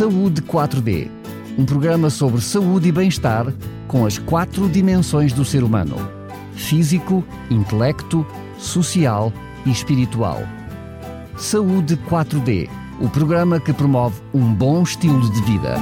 Saúde 4D, um programa sobre saúde e bem-estar com as 4 dimensões do ser humano: físico, intelecto, social e espiritual. Saúde 4D, o programa que promove um bom estilo de vida.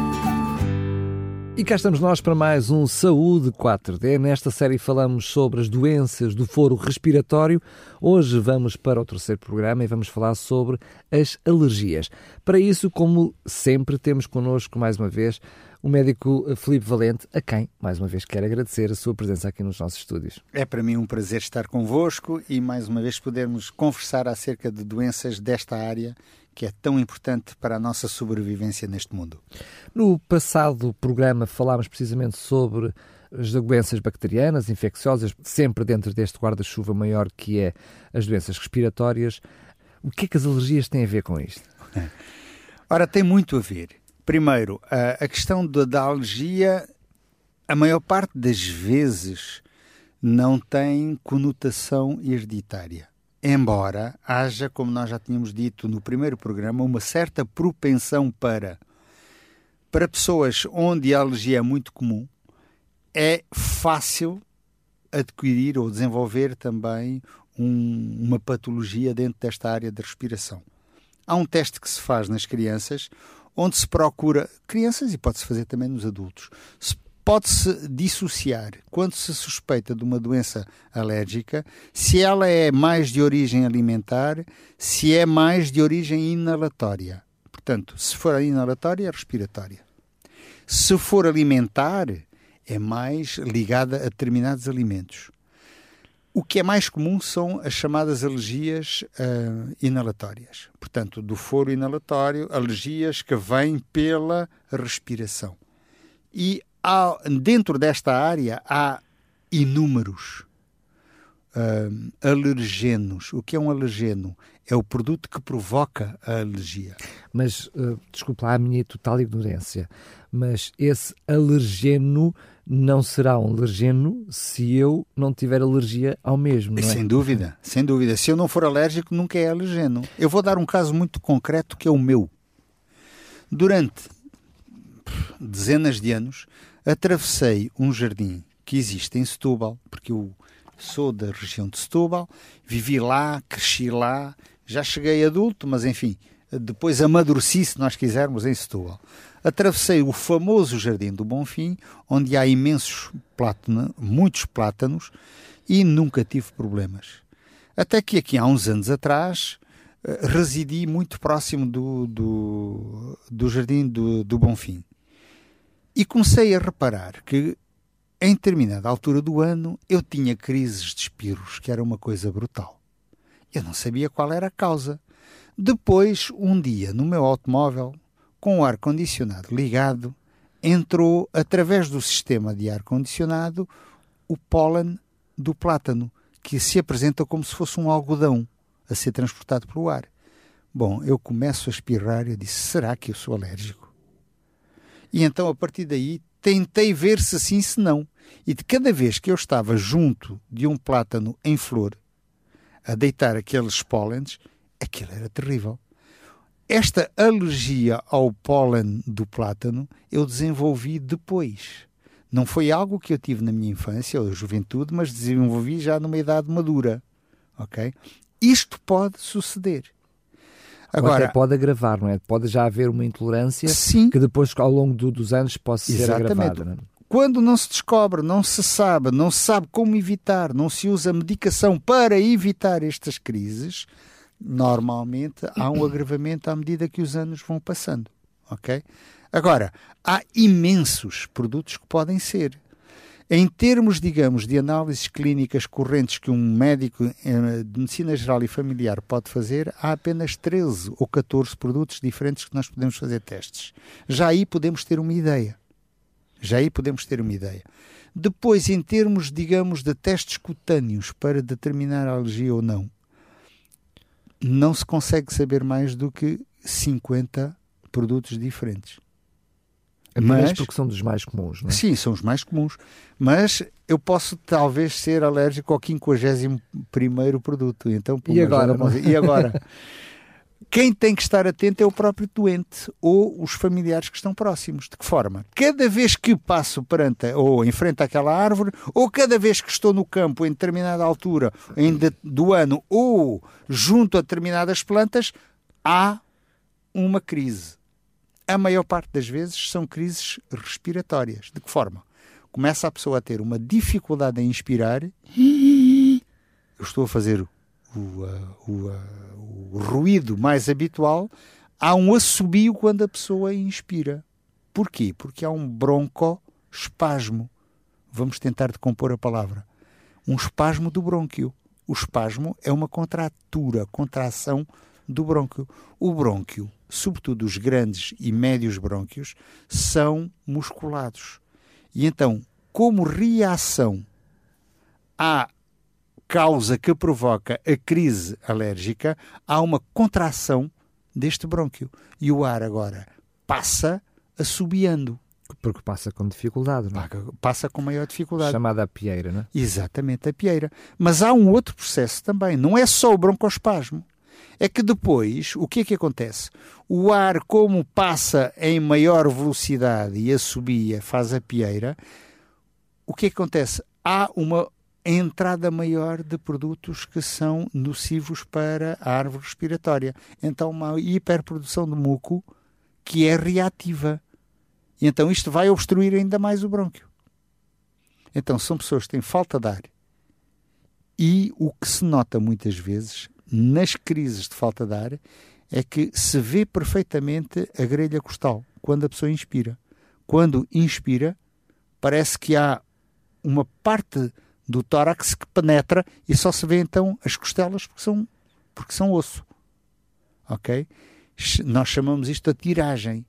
E cá estamos nós para mais um Saúde 4D. Nesta série falamos sobre as doenças do foro respiratório. Hoje vamos para o terceiro programa e vamos falar sobre as alergias. Para isso, como sempre, temos connosco mais uma vez o médico Filipe Valente, a quem, mais uma vez, quero agradecer a sua presença aqui nos nossos estúdios. É para mim um prazer estar convosco e mais uma vez podermos conversar acerca de doenças desta área que é tão importante para a nossa sobrevivência neste mundo. No passado programa falámos precisamente sobre as doenças bacterianas, infecciosas, sempre dentro deste guarda-chuva maior que é as doenças respiratórias. O que é que as alergias têm a ver com isto? Ora, tem muito a ver. Primeiro, a questão da alergia, a maior parte das vezes não tem conotação hereditária. Embora haja, como nós já tínhamos dito no primeiro programa, uma certa propensão para pessoas onde a alergia é muito comum, é fácil adquirir ou desenvolver também uma patologia dentro desta área da respiração. Há um teste que se faz nas crianças, onde se procura, crianças e pode-se fazer também nos adultos, pode-se dissociar, quando se suspeita de uma doença alérgica, se ela é mais de origem alimentar, se é mais de origem inalatória. Portanto, se for inalatória, é respiratória. Se for alimentar, é mais ligada a determinados alimentos. O que é mais comum são as chamadas alergias inalatórias. Portanto, do foro inalatório, alergias que vêm pela respiração. E dentro desta área há inúmeros alergenos. O que é um alergeno? É o produto que provoca a alergia. Mas, desculpa lá a minha total ignorância, mas esse alergeno não será um alergeno se eu não tiver alergia ao mesmo, não é? Sem dúvida, sem dúvida. Se eu não for alérgico, nunca é alergeno. Eu vou dar um caso muito concreto que é o meu. Durante dezenas de anos, atravessei um jardim que existe em Setúbal, porque eu sou da região de Setúbal, vivi lá, cresci lá, já cheguei adulto, mas enfim, depois amadureci, se nós quisermos, em Setúbal. Atravessei o famoso Jardim do Bonfim, onde há muitos plátanos, e nunca tive problemas. Até que aqui há uns anos atrás, residi muito próximo do Jardim do Bonfim. E comecei a reparar que, em determinada altura do ano, eu tinha crises de espirros, que era uma coisa brutal. Eu não sabia qual era a causa. Depois, um dia, no meu automóvel, com o ar-condicionado ligado, entrou, através do sistema de ar-condicionado, o pólen do plátano, que se apresenta como se fosse um algodão a ser transportado pelo ar. Bom, eu começo a espirrar e eu disse, será que eu sou alérgico? E então, a partir daí, tentei ver se sim, se não. E de cada vez que eu estava junto de um plátano em flor, a deitar aqueles pólens, aquilo era terrível. Esta alergia ao pólen do plátano eu desenvolvi depois. Não foi algo que eu tive na minha infância ou juventude, mas desenvolvi já numa idade madura. Okay? Isto pode suceder. Agora, até pode agravar, não é? Pode já haver uma intolerância, sim, que depois, ao longo dos anos, possa ser agravada. Não é? Quando não se descobre, não se sabe como evitar, não se usa medicação para evitar estas crises, normalmente há um agravamento à medida que os anos vão passando. Okay? Agora, há imensos produtos que podem ser. Em termos, digamos, de análises clínicas correntes que um médico de medicina geral e familiar pode fazer, há apenas 13 ou 14 produtos diferentes que nós podemos fazer testes. Já aí podemos ter uma ideia. Depois, em termos, digamos, de testes cutâneos para determinar a alergia ou não, não se consegue saber mais do que 50 produtos diferentes. Mas porque são dos mais comuns, não é? Sim, são os mais comuns. Mas eu posso talvez ser alérgico ao 51º produto. Então, e agora? E agora? quem tem que estar atento é o próprio doente ou os familiares que estão próximos. De que forma? Cada vez que passo perante ou em frente àquela árvore, ou cada vez que estou no campo em determinada altura do ano ou junto a determinadas plantas, há uma crise. A maior parte das vezes são crises respiratórias. De que forma? Começa a pessoa a ter uma dificuldade em inspirar. Eu estou a fazer o ruído mais habitual. Há um assobio quando a pessoa inspira. Porquê? Porque há um broncoespasmo. Vamos tentar decompor a palavra. Um espasmo do brônquio. O espasmo é uma contração do brônquio. O brônquio, sobretudo os grandes e médios brônquios, são musculados. E então, como reação à causa que provoca a crise alérgica, há uma contração deste brônquio. E o ar agora passa assobiando. Porque passa com dificuldade, não é? Passa com maior dificuldade. Chamada a pieira, não é? Exatamente, a pieira. Mas há um outro processo também. Não é só o broncoespasmo. É que depois, o que é que acontece? O ar, como passa em maior velocidade e assobia, faz a pieira, o que é que acontece? Há uma entrada maior de produtos que são nocivos para a árvore respiratória. Então, uma hiperprodução de muco que é reativa. E então isto vai obstruir ainda mais o brônquio. Então, são pessoas que têm falta de ar. E o que se nota muitas vezes nas crises de falta de ar é que se vê perfeitamente a grelha costal quando a pessoa inspira. Quando inspira, parece que há uma parte do tórax que penetra e só se vê então as costelas porque são osso. Ok? Nós chamamos isto de tiragem.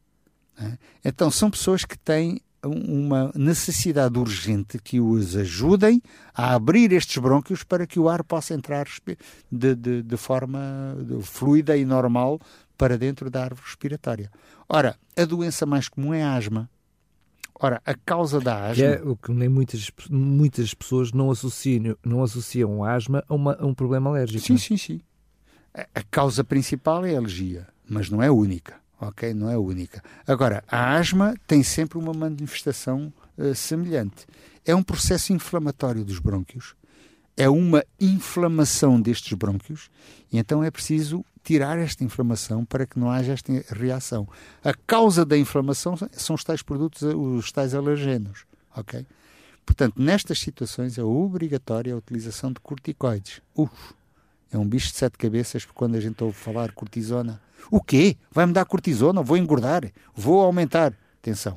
Então são pessoas que têm uma necessidade urgente que os ajudem a abrir estes brônquios para que o ar possa entrar de forma fluida e normal para dentro da árvore respiratória. Ora, a doença mais comum é a asma. Ora, a causa da asma... Que é o que nem muitas pessoas não associam a asma a um problema alérgico. Sim. A causa principal é a alergia, mas não é única. Ok? Não é única. Agora, a asma tem sempre uma manifestação semelhante. É um processo inflamatório dos brônquios. É uma inflamação destes brônquios e então é preciso tirar esta inflamação para que não haja esta reação. A causa da inflamação são os tais produtos, os tais alergenos. Ok? Portanto, nestas situações é obrigatória a utilização de corticoides. É um bicho de 7 cabeças, porque quando a gente ouve falar cortisona, o quê? Vai-me dar cortisona? Vou engordar? Vou aumentar? Atenção.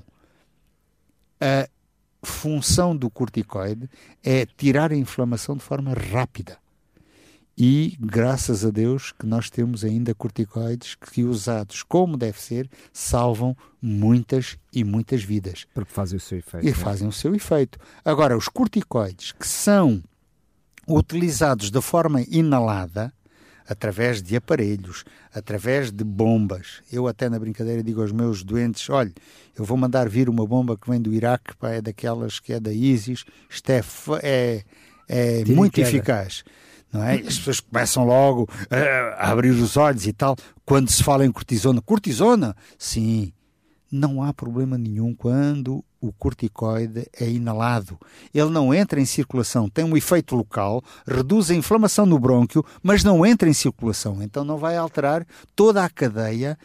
A função do corticoide é tirar a inflamação de forma rápida. E, graças a Deus, que nós temos ainda corticoides que, usados como deve ser, salvam muitas e muitas vidas. Porque fazem o seu efeito. E fazem o seu efeito. Agora, os corticoides que são utilizados de forma inalada, através de aparelhos, através de bombas. Eu até na brincadeira digo aos meus doentes, olha, eu vou mandar vir uma bomba que vem do Iraque, é daquelas que é da ISIS, isto é muito eficaz. Não é? As pessoas começam logo a abrir os olhos e tal, quando se fala em cortisona. Cortisona? Sim. Não há problema nenhum quando o corticoide é inalado. Ele não entra em circulação, tem um efeito local, reduz a inflamação no brônquio, mas não entra em circulação. Então não vai alterar toda a cadeia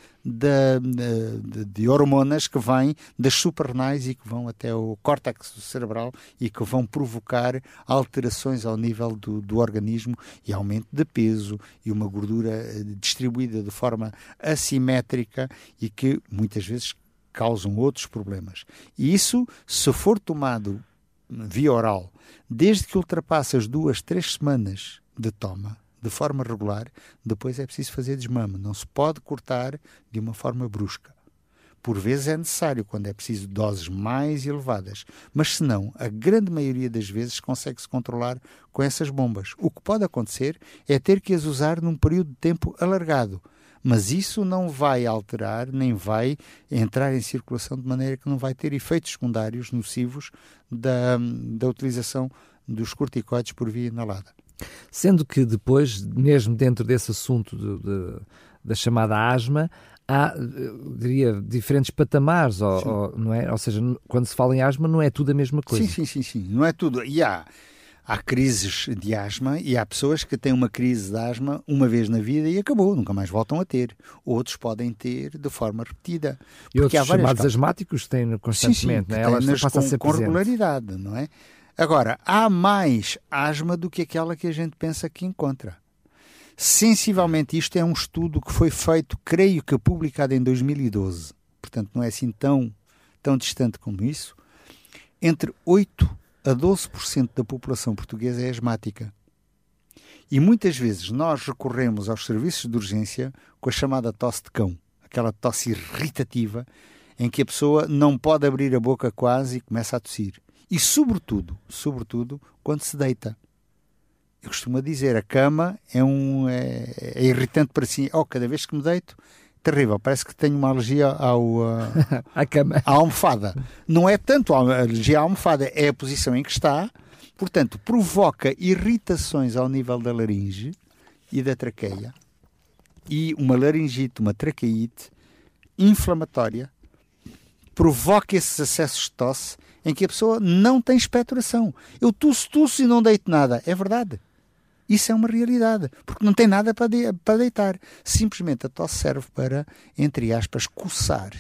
de hormonas que vêm das suprarrenais e que vão até o córtex cerebral e que vão provocar alterações ao nível do organismo e aumento de peso e uma gordura distribuída de forma assimétrica e que muitas vezes causam outros problemas. E isso, se for tomado via oral, desde que ultrapasse as 2-3 semanas de toma, de forma regular, depois é preciso fazer desmame. Não se pode cortar de uma forma brusca. Por vezes é necessário, quando é preciso doses mais elevadas. Mas se não, a grande maioria das vezes consegue-se controlar com essas bombas. O que pode acontecer é ter que as usar num período de tempo alargado. Mas isso não vai alterar, nem vai entrar em circulação de maneira que não vai ter efeitos secundários nocivos da utilização dos corticoides por via inalada. Sendo que depois, mesmo dentro desse assunto da chamada asma, há, diria, diferentes patamares, não é? Ou seja, quando se fala em asma não é tudo a mesma coisa. Sim, não é tudo. E há crises de asma e há pessoas que têm uma crise de asma uma vez na vida e acabou, nunca mais voltam a ter. Outros podem ter de forma repetida. E outros chamados asmáticos têm constantemente, sim, não é? Elas passam a ser com regularidade, não é? Agora, há mais asma do que aquela que a gente pensa que encontra. Sensivelmente, isto é um estudo que foi feito, creio que publicado em 2012, portanto não é assim tão distante como isso, entre 8% a 12% da população portuguesa é asmática. E muitas vezes nós recorremos aos serviços de urgência com a chamada tosse de cão, aquela tosse irritativa, em que a pessoa não pode abrir a boca quase e começa a tossir. E sobretudo, quando se deita. Eu costumo dizer, a cama é irritante para si. Cada vez que me deito, terrível. Parece que tenho uma alergia à cama. À almofada. Não é tanto a alergia à almofada, é a posição em que está. Portanto, provoca irritações ao nível da laringe e da traqueia. E uma laringite, uma traqueite inflamatória, provoca esses acessos de tosse em que a pessoa não tem expectoração. Eu tuço e não deito nada. É verdade. Isso é uma realidade, porque não tem nada para deitar. Simplesmente a tosse serve para, entre aspas, coçar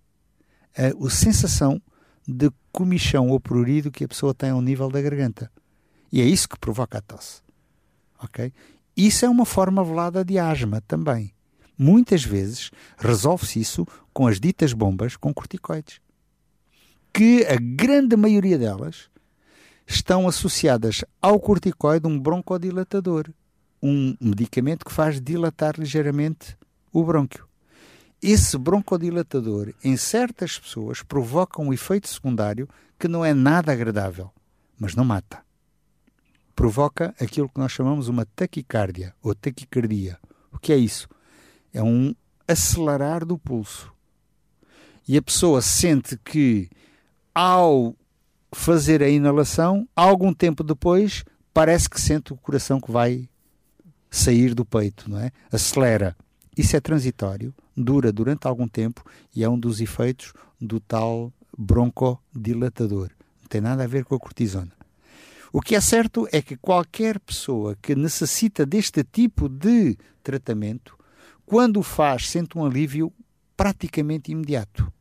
a sensação de comichão ou prurido que a pessoa tem ao nível da garganta. E é isso que provoca a tosse. Okay? Isso é uma forma velada de asma também. Muitas vezes resolve-se isso com as ditas bombas com corticoides, que a grande maioria delas estão associadas ao corticoide um broncodilatador, um medicamento que faz dilatar ligeiramente o brônquio. Esse broncodilatador, em certas pessoas, provoca um efeito secundário que não é nada agradável, mas não mata. Provoca aquilo que nós chamamos uma taquicardia ou taquicardia. O que é isso? É um acelerar do pulso. E a pessoa sente que, ao fazer a inalação, algum tempo depois, parece que sente o coração que vai sair do peito, não é? Acelera. Isso é transitório, dura durante algum tempo e é um dos efeitos do tal broncodilatador. Não tem nada a ver com a cortisona. O que é certo é que qualquer pessoa que necessita deste tipo de tratamento, quando o faz, sente um alívio praticamente imediato.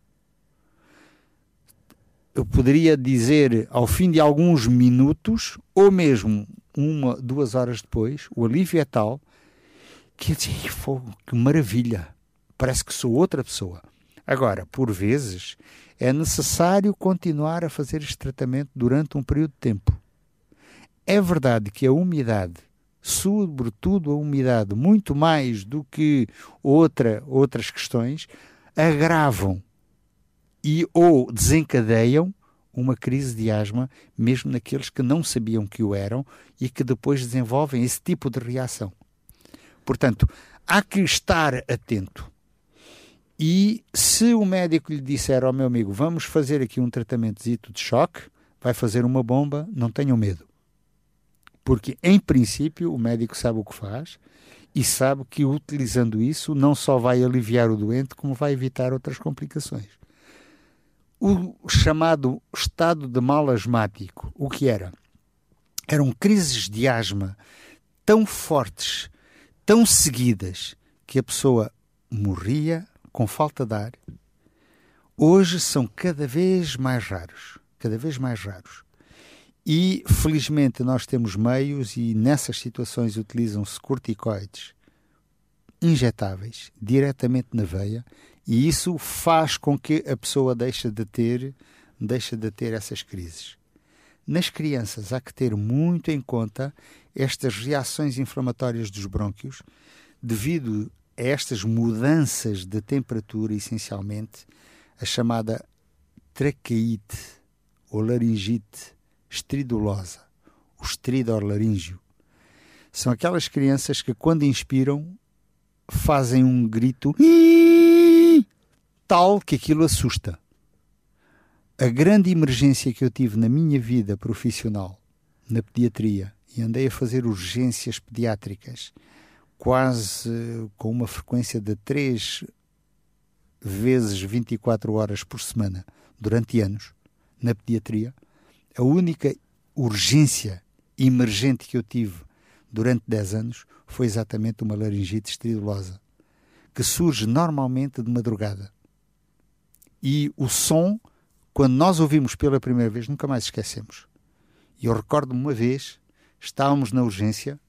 Eu poderia dizer, ao fim de alguns minutos, ou mesmo 1, 2 horas depois, o alívio é tal que eu digo, que maravilha, parece que sou outra pessoa. Agora, por vezes, é necessário continuar a fazer este tratamento durante um período de tempo. É verdade que a umidade, sobretudo a umidade, muito mais do que outras questões, agravam ou desencadeiam uma crise de asma, mesmo naqueles que não sabiam que o eram e que depois desenvolvem esse tipo de reação. Portanto, há que estar atento. E se o médico lhe disser ao meu amigo, vamos fazer aqui um tratamento de choque, vai fazer uma bomba, não tenham medo. Porque, em princípio, o médico sabe o que faz e sabe que, utilizando isso, não só vai aliviar o doente, como vai evitar outras complicações. O chamado estado de mal asmático, o que era? Eram crises de asma tão fortes, tão seguidas, que a pessoa morria com falta de ar. Hoje são cada vez mais raros. E, felizmente, nós temos meios e nessas situações utilizam-se corticoides injetáveis diretamente na veia e isso faz com que a pessoa deixe de ter essas crises. Nas crianças há que ter muito em conta estas reações inflamatórias dos brônquios devido a estas mudanças de temperatura, essencialmente, a chamada traqueite ou laringite estridulosa, o estridor laríngeo. São aquelas crianças que, quando inspiram, fazem um grito tal que aquilo assusta. A grande emergência que eu tive na minha vida profissional, na pediatria, e andei a fazer urgências pediátricas quase com uma frequência de 3 vezes 24 horas por semana, durante anos, na pediatria. A única urgência emergente que eu tive durante 10 anos foi exatamente uma laringite estridulosa, que surge normalmente de madrugada. E o som, quando nós ouvimos pela primeira vez, nunca mais esquecemos. E eu recordo-me uma vez, estávamos na urgência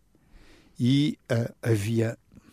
e havia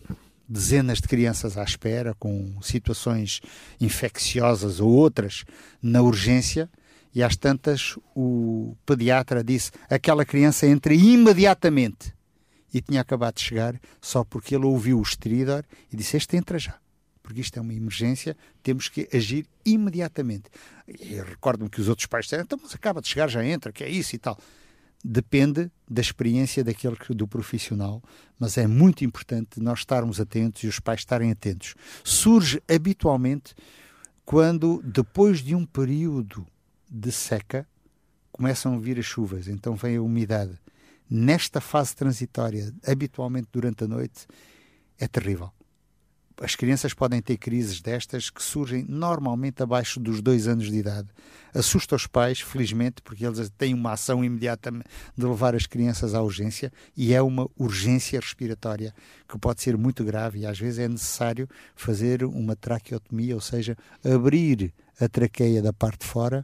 dezenas de crianças à espera, com situações infecciosas ou outras na urgência, e às tantas o pediatra disse: aquela criança entra imediatamente. E tinha acabado de chegar só porque ele ouviu o estridor e disse: este entra já, porque isto é uma emergência, temos que agir imediatamente. E recordo-me que os outros pais disseram: então, mas acaba de chegar, já entra, que é isso e tal. Depende da experiência do profissional, mas é muito importante nós estarmos atentos e os pais estarem atentos. Surge habitualmente quando, depois de um período de seca, começam a vir as chuvas, então vem a umidade. Nesta fase transitória, habitualmente durante a noite, é terrível. As crianças podem ter crises destas que surgem normalmente abaixo dos 2 anos de idade. Assusta os pais, felizmente, porque eles têm uma ação imediata de levar as crianças à urgência, e é uma urgência respiratória que pode ser muito grave, e às vezes é necessário fazer uma traqueotomia, ou seja, abrir a traqueia da parte de fora,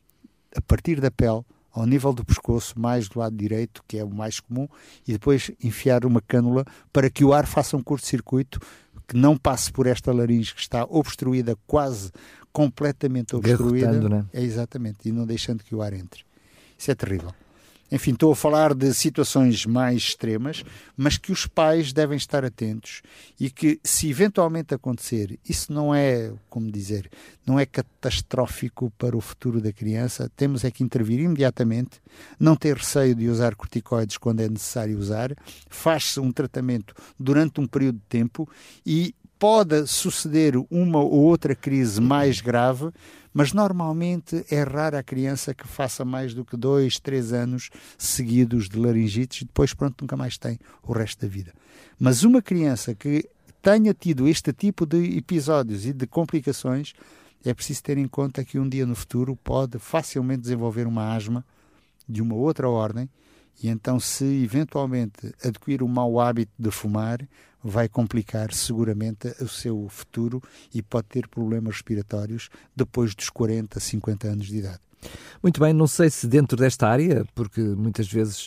a partir da pele, ao nível do pescoço, mais do lado direito, que é o mais comum, e depois enfiar uma cânula para que o ar faça um curto-circuito, que não passe por esta laringe que está obstruída, quase completamente obstruída. Né? É exatamente, e não deixando que o ar entre. Isso é terrível. Enfim, estou a falar de situações mais extremas, mas que os pais devem estar atentos e que, se eventualmente acontecer, isso não é, como dizer, não é catastrófico para o futuro da criança, temos é que intervir imediatamente, não ter receio de usar corticoides quando é necessário usar, faz-se um tratamento durante um período de tempo e pode suceder uma ou outra crise mais grave, mas normalmente é rara a criança que faça mais do que 2, 3 anos seguidos de laringites e depois, pronto, nunca mais tem o resto da vida. Mas uma criança que tenha tido este tipo de episódios e de complicações, é preciso ter em conta que um dia no futuro pode facilmente desenvolver uma asma de uma outra ordem, e então, se eventualmente adquirir o mau hábito de fumar, vai complicar seguramente o seu futuro e pode ter problemas respiratórios depois dos 40, 50 anos de idade. Muito bem, não sei se dentro desta área, porque muitas vezes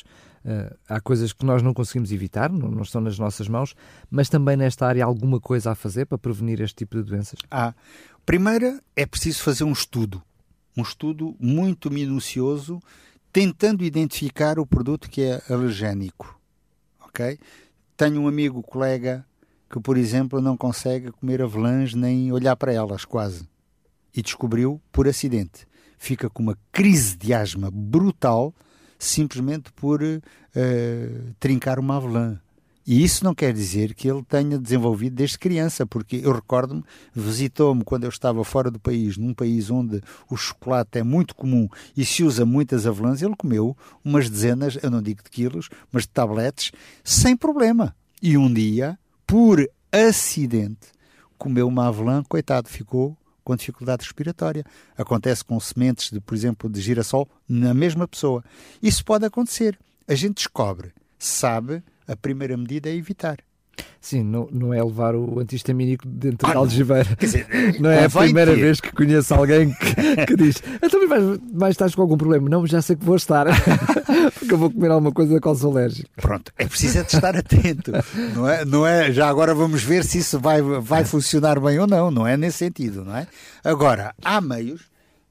há coisas que nós não conseguimos evitar, não estão nas nossas mãos, mas também nesta área há alguma coisa a fazer para prevenir este tipo de doenças? Primeiro é preciso fazer um estudo muito minucioso, tentando identificar o produto que é alergénico, ok? Tenho um amigo, colega, que, por exemplo, não consegue comer avelãs nem olhar para elas, quase. E descobriu por acidente. Fica com uma crise de asma brutal, simplesmente por trincar uma avelã. E isso não quer dizer que ele tenha desenvolvido desde criança, porque eu recordo-me, visitou-me quando eu estava fora do país, num país onde o chocolate é muito comum e se usa muitas avelãs, ele comeu umas dezenas, eu não digo de quilos, mas de tabletes, sem problema. E um dia, por acidente, comeu uma avelã, coitado, ficou com dificuldade respiratória. Acontece com sementes, por exemplo, de girassol, na mesma pessoa. Isso pode acontecer. A gente descobre, sabe. A primeira medida é evitar. Sim, não é levar o antihistamínico dentro da algibeira. Quer dizer, não é a primeira vez que conheço alguém que diz: então vais estar com algum problema? Não, já sei que vou estar, porque eu vou comer alguma coisa da qual sou alérgico. Pronto, é preciso estar atento. Não é, já agora vamos ver se isso vai funcionar bem ou não é nesse sentido, não é? Agora, há meios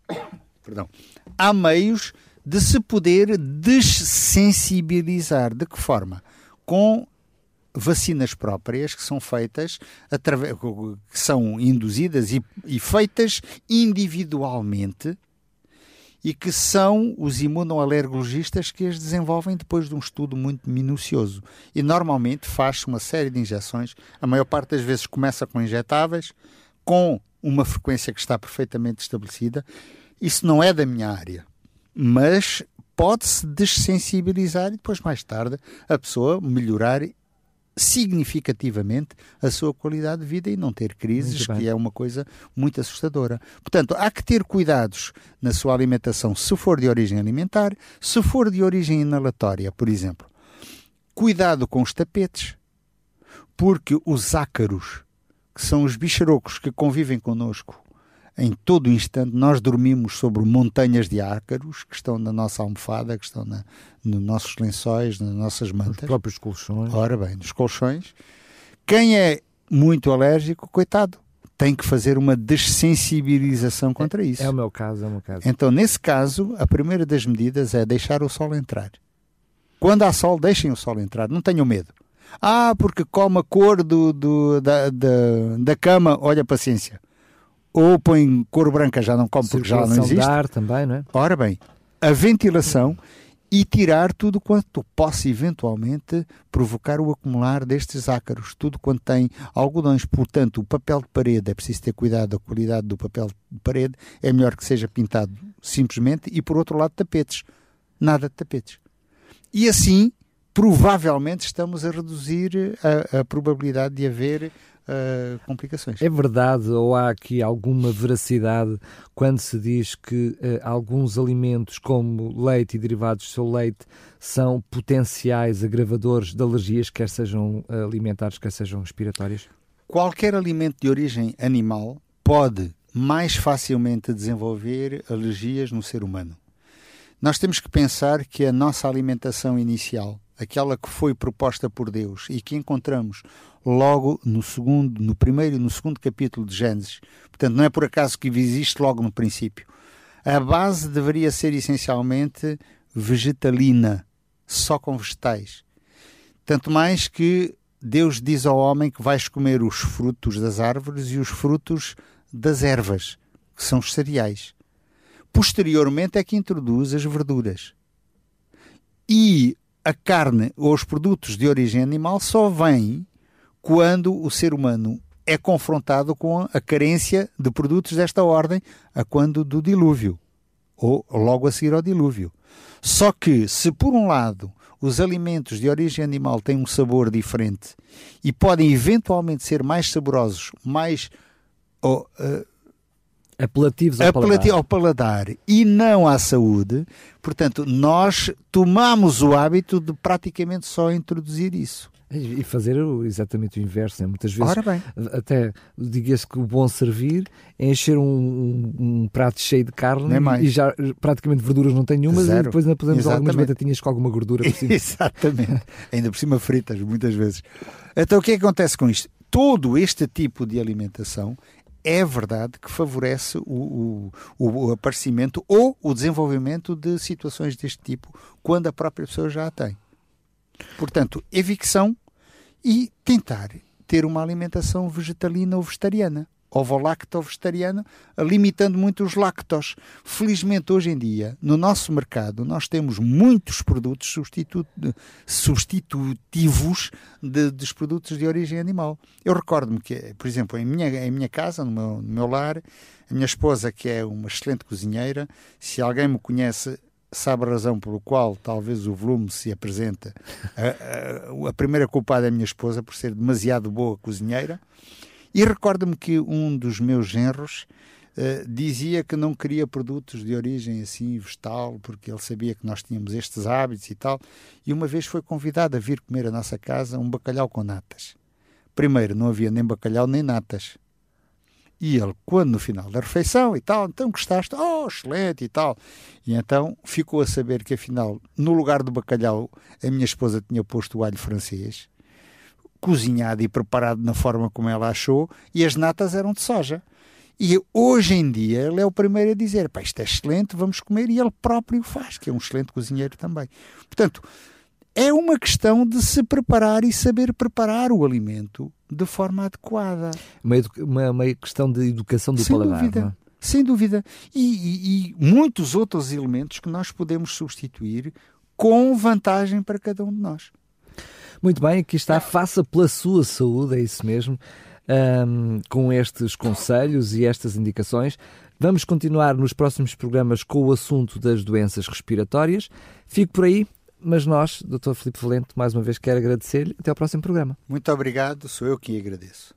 de se poder dessensibilizar. De que forma? Com vacinas próprias que são feitas, que são induzidas e feitas individualmente e que são os imunoalergologistas que as desenvolvem depois de um estudo muito minucioso. E normalmente faz-se uma série de injeções, a maior parte das vezes começa com injetáveis, com uma frequência que está perfeitamente estabelecida. Isso não é da minha área, mas pode-se dessensibilizar e depois mais tarde a pessoa melhorar significativamente a sua qualidade de vida e não ter crises, que é uma coisa muito assustadora. Portanto, há que ter cuidados na sua alimentação, se for de origem alimentar, se for de origem inalatória, por exemplo. Cuidado com os tapetes, porque os ácaros, que são os bicharocos que convivem connosco em todo o instante, nós dormimos sobre montanhas de ácaros que estão na nossa almofada, que estão nos nossos lençóis, nas nossas mantas. Os próprios colchões. Ora bem, nos colchões. Quem é muito alérgico, coitado, tem que fazer uma dessensibilização contra isso. É o meu caso. Então, nesse caso, a primeira das medidas é deixar o sol entrar. Quando há sol, deixem o sol entrar, não tenham medo. Porque come a cor da cama, olha, paciência. Ou põe cor branca, já não come porque já não existe. Ar também, não é? Ora bem, a ventilação e tirar tudo quanto possa eventualmente provocar o acumular destes ácaros, tudo quanto tem algodões. Portanto, o papel de parede, é preciso ter cuidado da qualidade do papel de parede, é melhor que seja pintado simplesmente, e por outro lado tapetes, nada de tapetes. E assim, provavelmente estamos a reduzir a probabilidade de haver complicações. É verdade, ou há aqui alguma veracidade quando se diz que alguns alimentos como leite e derivados do seu leite são potenciais agravadores de alergias, quer sejam alimentares, quer sejam respiratórias? Qualquer alimento de origem animal pode mais facilmente desenvolver alergias no ser humano. Nós temos que pensar que a nossa alimentação inicial, aquela que foi proposta por Deus e que encontramos logo no primeiro e no segundo capítulo de Gênesis, portanto não é por acaso que existe logo no princípio, a base deveria ser essencialmente vegetalina, só com vegetais. Tanto mais que Deus diz ao homem que vais comer os frutos das árvores e os frutos das ervas, que são os cereais. Posteriormente é que introduz as verduras. E a carne ou os produtos de origem animal só vêm quando o ser humano é confrontado com a carência de produtos desta ordem, a quando do dilúvio, ou logo a seguir ao dilúvio. Só que, se por um lado os alimentos de origem animal têm um sabor diferente e podem eventualmente ser mais saborosos, mais apelativos ao paladar e não à saúde, portanto, nós tomamos o hábito de praticamente só introduzir isso. E fazer exatamente o inverso, né? Muitas vezes, ora bem, até diga-se que o bom servir é encher um prato cheio de carne e já praticamente verduras não tem nenhumas. Zero. E depois ainda podemos algumas batatinhas com alguma gordura por cima. Exatamente, ainda por cima fritas muitas vezes. Então o que é que acontece com isto? Todo este tipo de alimentação é verdade que favorece o aparecimento ou o desenvolvimento de situações deste tipo quando a própria pessoa já a tem. Portanto, evicção e tentar ter uma alimentação vegetalina ou vegetariana, ovo-lacto-vegetariana, limitando muito os lácteos. Felizmente, hoje em dia, no nosso mercado, nós temos muitos produtos substitutivos dos produtos de origem animal. Eu recordo-me que, por exemplo, em minha casa, no meu lar, a minha esposa, que é uma excelente cozinheira, se alguém me conhece, sabe a razão pelo qual talvez o volume se apresenta. A primeira culpada é a minha esposa por ser demasiado boa cozinheira. E recordo-me que um dos meus genros dizia que não queria produtos de origem assim vegetal, porque ele sabia que nós tínhamos estes hábitos e tal. E uma vez foi convidado a vir comer à nossa casa um bacalhau com natas. Primeiro, não havia nem bacalhau nem natas. E ele, quando no final da refeição e tal, então gostaste? Oh, excelente e tal. E então ficou a saber que afinal, no lugar do bacalhau, a minha esposa tinha posto o alho francês, cozinhado e preparado na forma como ela achou, e as natas eram de soja. E hoje em dia ele é o primeiro a dizer, pá, isto é excelente, vamos comer, e ele próprio faz, que é um excelente cozinheiro também. Portanto, é uma questão de se preparar e saber preparar o alimento de forma adequada. Uma questão de educação do paladar. Dúvida, não é? Sem dúvida. E muitos outros elementos que nós podemos substituir com vantagem para cada um de nós. Muito bem, aqui está, faça pela sua saúde, é isso mesmo, com estes conselhos e estas indicações. Vamos continuar nos próximos programas com o assunto das doenças respiratórias. Fique por aí. Mas nós, Dr. Filipe Valente, mais uma vez quero agradecer-lhe. Até ao próximo programa. Muito obrigado, sou eu que agradeço.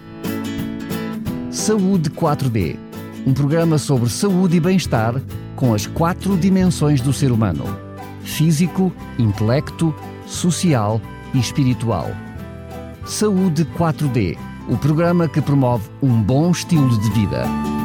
Saúde 4D, um programa sobre saúde e bem-estar com as 4 dimensões do ser humano: físico, intelecto, social e espiritual. Saúde 4D, o programa que promove um bom estilo de vida.